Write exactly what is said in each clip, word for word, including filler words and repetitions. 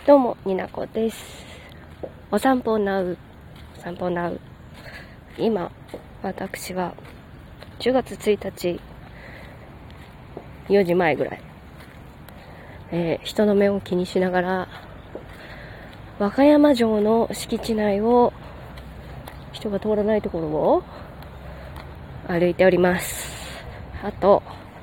どうも、になこです。お散歩なう、お散歩なう。今、私はじゅうがつついたち、よじまえぐらい、えー、人の目を気にしながら、和歌山城の敷地内を、人が通らないところを歩いております。あと、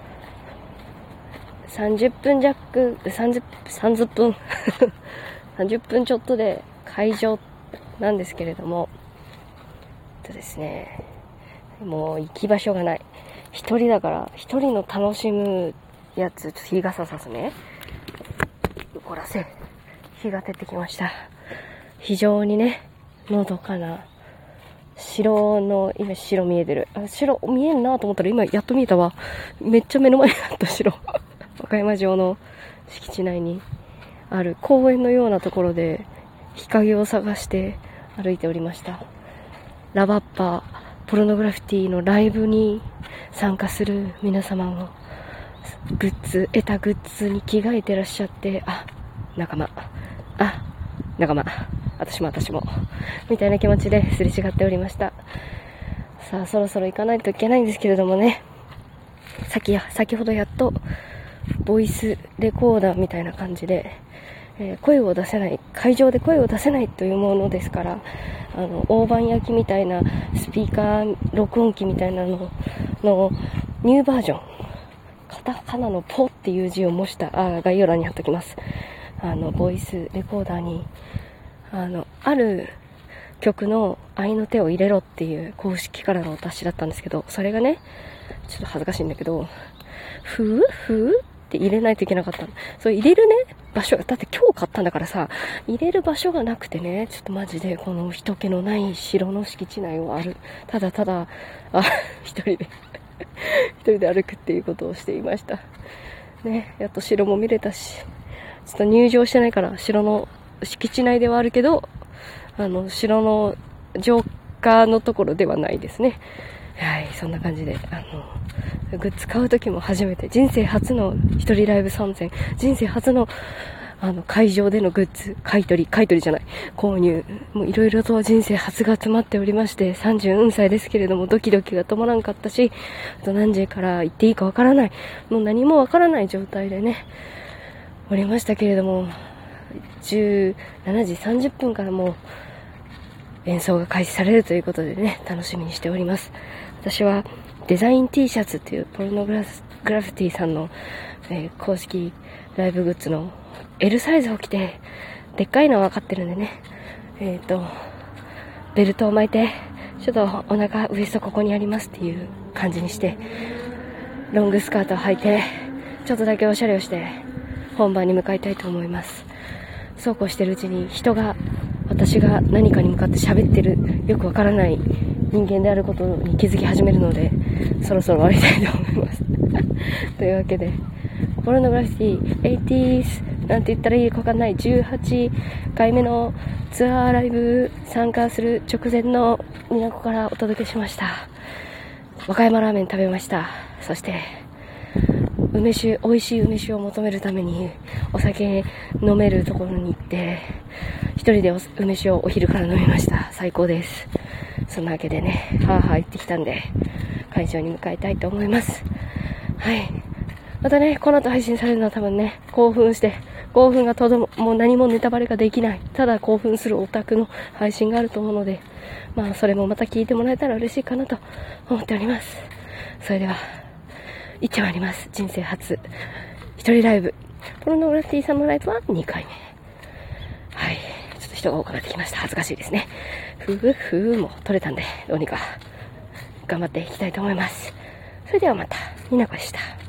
さんじゅっぷん弱、さんじゅう、さんじゅっぷんさんじゅっぷんちょっとで会場なんですけれども、えっとですね、もう行き場所がない。一人だから、一人の楽しむやつ、ちょっと日傘さすね。こらせ、日が出てきました。非常にね、のどかな、城の、今城見えてる。あ、城見えんなと思ったら今やっと見えたわ。めっちゃ目の前にあった城。和歌山城の敷地内にある公園のようなところで日陰を探して歩いておりました。ラバッパポルノグラフィティのライブに参加する皆様のグッズ、得たグッズに着替えてらっしゃって、あ、仲間、あ、仲間、私も私もみたいな気持ちですれ違っておりました。さあ、そろそろ行かないといけないんですけれどもね、先や先ほどやっとボイスレコーダーみたいな感じで、えー、声を出せない、会場で声を出せないというものですから、あの大判焼きみたいなスピーカー録音機みたいなののニューバージョン、カタカナのポっていう字を模した、あ、概要欄に貼っておきます。あのボイスレコーダーにあのある曲の合いの手を入れろっていう公式からのお達しだったんですけど、それがね、ちょっと恥ずかしいんだけど、ふうふうって入れないといけなかったの。そう入れるね場所が、だって今日買ったんだからさ、入れる場所がなくてね、ちょっとマジでこの人気のない城の敷地内を歩、ただただあ一人で一人で歩くっていうことをしていましたね。やっと城も見れたし、ちょっと入場してないから城の敷地内ではあるけど、あの城の城下のところではないですね。はい、そんな感じで、あのグッズ買うときも初めて、人生初の一人ライブ参戦、人生初のあの会場でのグッズ買い取り、買い取りじゃない、購入、もういろいろと人生初が詰まっておりまして、さんじゅうよんさいですけれどもドキドキが止まらんかったし、あと何時から行っていいかわからない、もう何もわからない状態でねおりましたけれども、じゅうしちじさんじゅっぷんからもう演奏が開始されるということでね、楽しみにしております。私はデザイン T シャツっていうポルノグラフィティさんの、えー、公式ライブグッズの エル サイズを着て、でっかいのは分かってるんでね、えっとベルトを巻いて、ちょっとお腹ウエストここにありますっていう感じにして、ロングスカートを履いて、ちょっとだけおしゃれをして本番に向かいたいと思います。そうこうしてるうちに人が、私が何かに向かって喋ってるよくわからない人間であることに気づき始めるので、そろそろ終わりたいと思いますというわけで、ポルノグラフィティエイティーズなんて言ったらいいかわかんないじゅうはちかいめのツアーライブ参加する直前のになこからお届けしました。和歌山ラーメン食べました。そして梅酒、美味しい梅酒を求めるためにお酒飲めるところに行って、一人で梅酒をお昼から飲みました。最高です。そんなわけでね、はぁはぁ言ってきたんで会場に向かいたいと思います。はい、またね、この後配信されるのは多分ね、興奮して、興奮がとども、もう何もネタバレができない、ただ興奮するオタクの配信があると思うので、まあそれもまた聞いてもらえたら嬉しいかなと思っております。それでは行ってまいります。人生初一人ライブ、ポルノグラフィティさんのライブはにかいめ。はい、ちょっと人が多くなってきました。恥ずかしいですね。ふうふうも取れたんで、どうにか頑張っていきたいと思います。それではまた、になこでした。